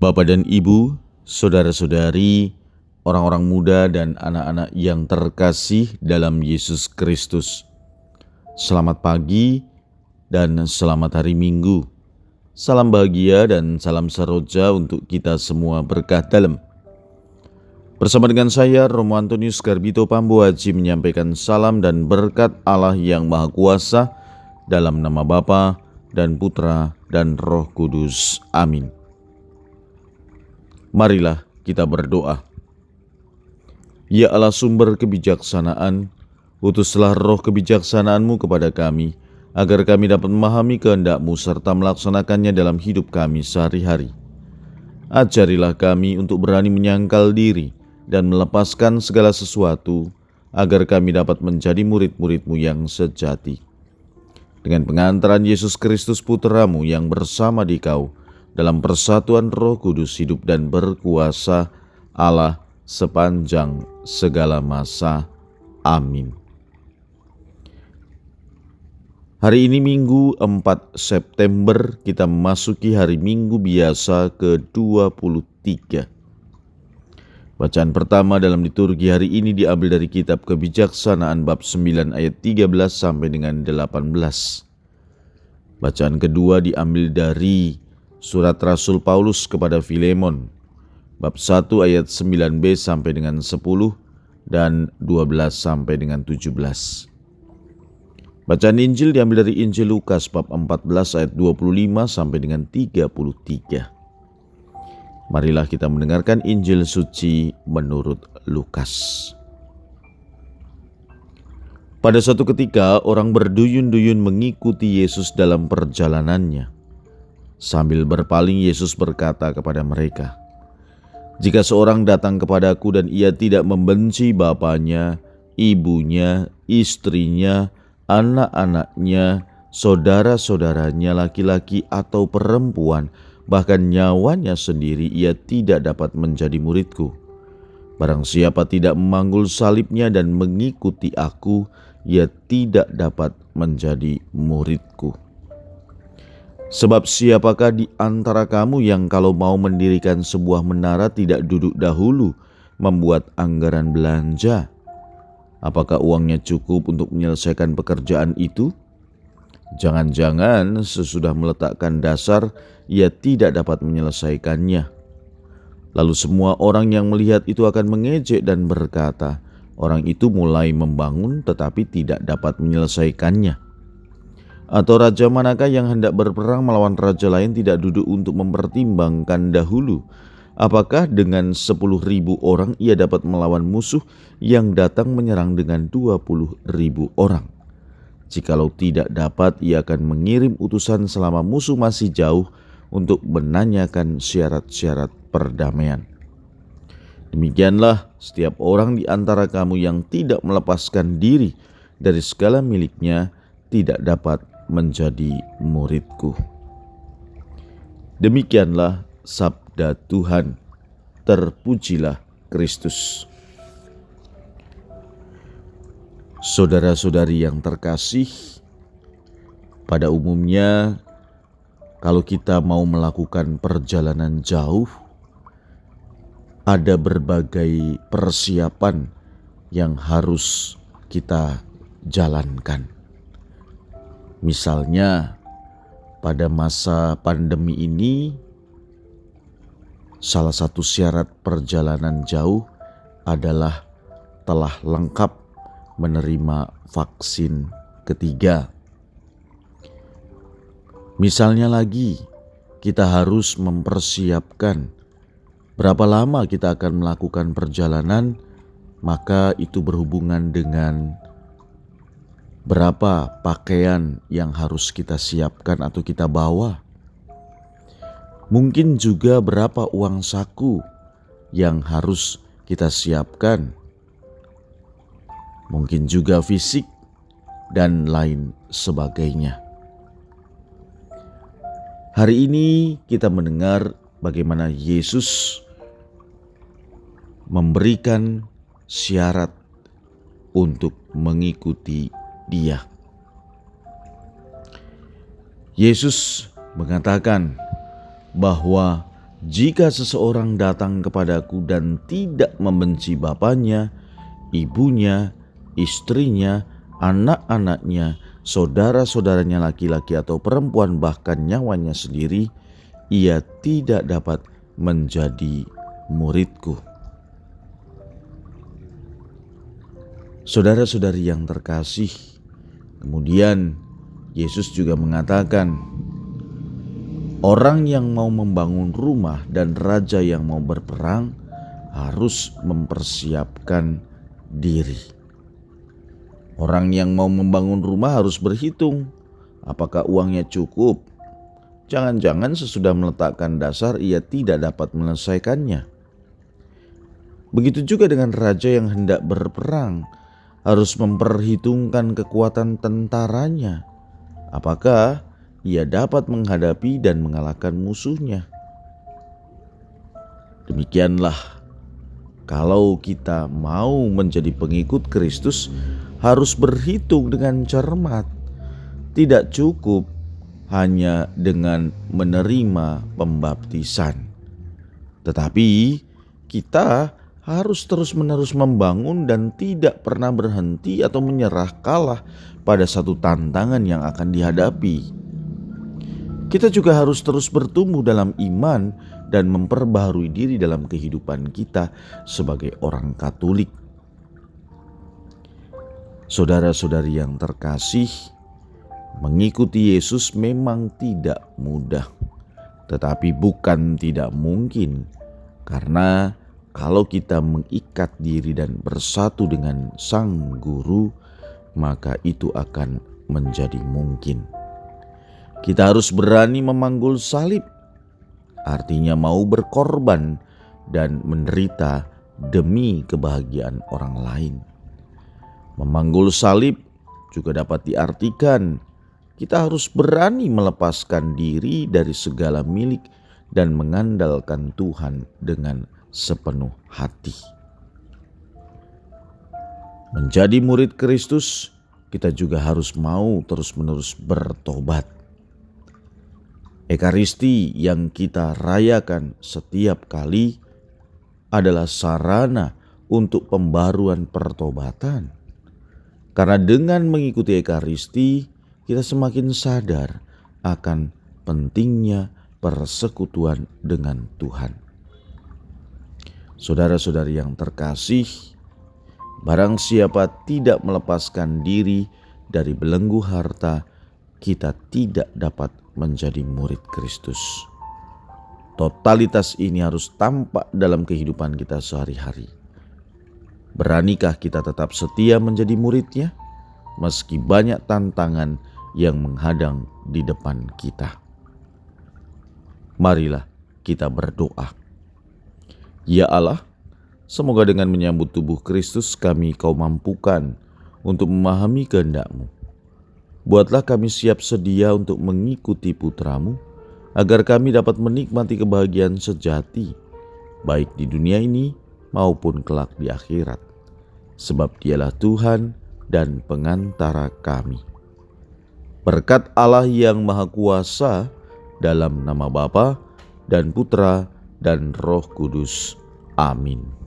Bapak dan Ibu, saudara-saudari, orang-orang muda dan anak-anak yang terkasih dalam Yesus Kristus. Selamat pagi dan selamat hari Minggu. Salam bahagia dan salam saroja untuk kita semua berkah dalam. Bersama dengan saya, Romo Antonius Garbito Pambu Haji menyampaikan salam dan berkat Allah yang Maha Kuasa dalam nama Bapa dan Putra dan Roh Kudus. Amin. Marilah kita berdoa. Ya Allah sumber kebijaksanaan, utuslah roh kebijaksanaan-Mu kepada kami, agar kami dapat memahami kehendak-Mu serta melaksanakannya dalam hidup kami sehari-hari. Ajarilah kami untuk berani menyangkal diri dan melepaskan segala sesuatu, agar kami dapat menjadi murid-murid-Mu yang sejati. Dengan pengantaran Yesus Kristus Putra-Mu yang bersama di Kau, dalam persatuan Roh Kudus hidup dan berkuasa Allah sepanjang segala masa. Amin. Hari ini Minggu 4 September kita memasuki hari Minggu biasa ke-23. Bacaan pertama dalam liturgi hari ini diambil dari kitab Kebijaksanaan bab 9 ayat 13 sampai dengan 18. Bacaan kedua diambil dari Surat Rasul Paulus kepada Filemon, bab 1 ayat 9b sampai dengan 10 dan 12 sampai dengan 17. Bacaan Injil diambil dari Injil Lukas bab 14 ayat 25 sampai dengan 33. Marilah kita mendengarkan Injil suci menurut Lukas. Pada suatu ketika orang berduyun-duyun mengikuti Yesus dalam perjalanannya. Sambil berpaling, Yesus berkata kepada mereka, "Jika seorang datang kepadaku dan ia tidak membenci bapaknya, ibunya, istrinya, anak-anaknya, saudara-saudaranya laki-laki atau perempuan, bahkan nyawanya sendiri, ia tidak dapat menjadi muridku. Barang siapa tidak memanggul salibnya dan mengikuti aku, ia tidak dapat menjadi muridku. Sebab siapakah di antara kamu yang kalau mau mendirikan sebuah menara tidak duduk dahulu membuat anggaran belanja? Apakah uangnya cukup untuk menyelesaikan pekerjaan itu? Jangan-jangan sesudah meletakkan dasar ia tidak dapat menyelesaikannya. Lalu semua orang yang melihat itu akan mengejek dan berkata, orang itu mulai membangun tetapi tidak dapat menyelesaikannya. Atau raja manakah yang hendak berperang melawan raja lain tidak duduk untuk mempertimbangkan dahulu, apakah dengan 10.000 orang ia dapat melawan musuh yang datang menyerang dengan 20.000 orang? Jikalau tidak dapat, ia akan mengirim utusan selama musuh masih jauh untuk menanyakan syarat-syarat perdamaian. Demikianlah setiap orang di antara kamu yang tidak melepaskan diri dari segala miliknya tidak dapat menjadi muridku." Demikianlah sabda Tuhan. Terpujilah Kristus. Saudara-saudari yang terkasih, pada umumnya kalau kita mau melakukan perjalanan jauh, ada berbagai persiapan yang harus kita jalankan. Misalnya pada masa pandemi ini, salah satu syarat perjalanan jauh adalah telah lengkap menerima vaksin ketiga. Misalnya lagi, kita harus mempersiapkan berapa lama kita akan melakukan perjalanan, maka itu berhubungan dengan berapa pakaian yang harus kita siapkan atau kita bawa. Mungkin juga berapa uang saku yang harus kita siapkan. Mungkin juga fisik dan lain sebagainya. Hari ini kita mendengar bagaimana Yesus memberikan syarat untuk mengikuti Dia. Yesus mengatakan bahwa Jika seseorang datang kepadaku dan tidak membenci bapaknya, ibunya, istrinya, anak-anaknya, saudara-saudaranya laki-laki atau perempuan, bahkan nyawanya sendiri, ia tidak dapat menjadi muridku. Saudara-saudari yang terkasih, kemudian Yesus juga mengatakan, orang yang mau membangun rumah dan raja yang mau berperang harus mempersiapkan diri. Orang yang mau membangun rumah harus berhitung apakah uangnya cukup. Jangan-jangan sesudah meletakkan dasar ia tidak dapat menyelesaikannya. Begitu juga dengan raja yang hendak berperang, harus memperhitungkan kekuatan tentaranya. Apakah ia dapat menghadapi dan mengalahkan musuhnya? Demikianlah, kalau kita mau menjadi pengikut Kristus, harus berhitung dengan cermat. Tidak cukup hanya dengan menerima pembaptisan, tetapi kita harus terus-menerus membangun dan tidak pernah berhenti atau menyerah kalah pada satu tantangan yang akan dihadapi. Kita juga harus terus bertumbuh dalam iman dan memperbaharui diri dalam kehidupan kita sebagai orang Katolik. Saudara-saudari yang terkasih, mengikuti Yesus memang tidak mudah, tetapi bukan tidak mungkin, karena kalau kita mengikat diri dan bersatu dengan Sang Guru, maka itu akan menjadi mungkin. Kita harus berani memanggul salib, artinya mau berkorban dan menderita demi kebahagiaan orang lain. Memanggul salib juga dapat diartikan kita harus berani melepaskan diri dari segala milik dan mengandalkan Tuhan dengan sepenuh hati. Menjadi murid Kristus, kita juga harus mau terus-menerus bertobat. Ekaristi yang kita rayakan setiap kali adalah sarana untuk pembaruan pertobatan. Karena dengan mengikuti Ekaristi, kita semakin sadar akan pentingnya persekutuan dengan Tuhan. Saudara-saudari yang terkasih, barang siapa tidak melepaskan diri dari belenggu harta, kita tidak dapat menjadi murid Kristus. Totalitas ini harus tampak dalam kehidupan kita sehari-hari. Beranikah kita tetap setia menjadi muridnya, meski banyak tantangan yang menghadang di depan kita? Marilah kita berdoa. Ya Allah, semoga dengan menyambut tubuh Kristus kami Kau mampukan untuk memahami kehendak-Mu. Buatlah kami siap sedia untuk mengikuti Putra-Mu, agar kami dapat menikmati kebahagiaan sejati, baik di dunia ini maupun kelak di akhirat. Sebab Dialah Tuhan dan pengantara kami. Berkat Allah yang Maha Kuasa, dalam nama Bapa dan Putra dan Roh Kudus. Amin.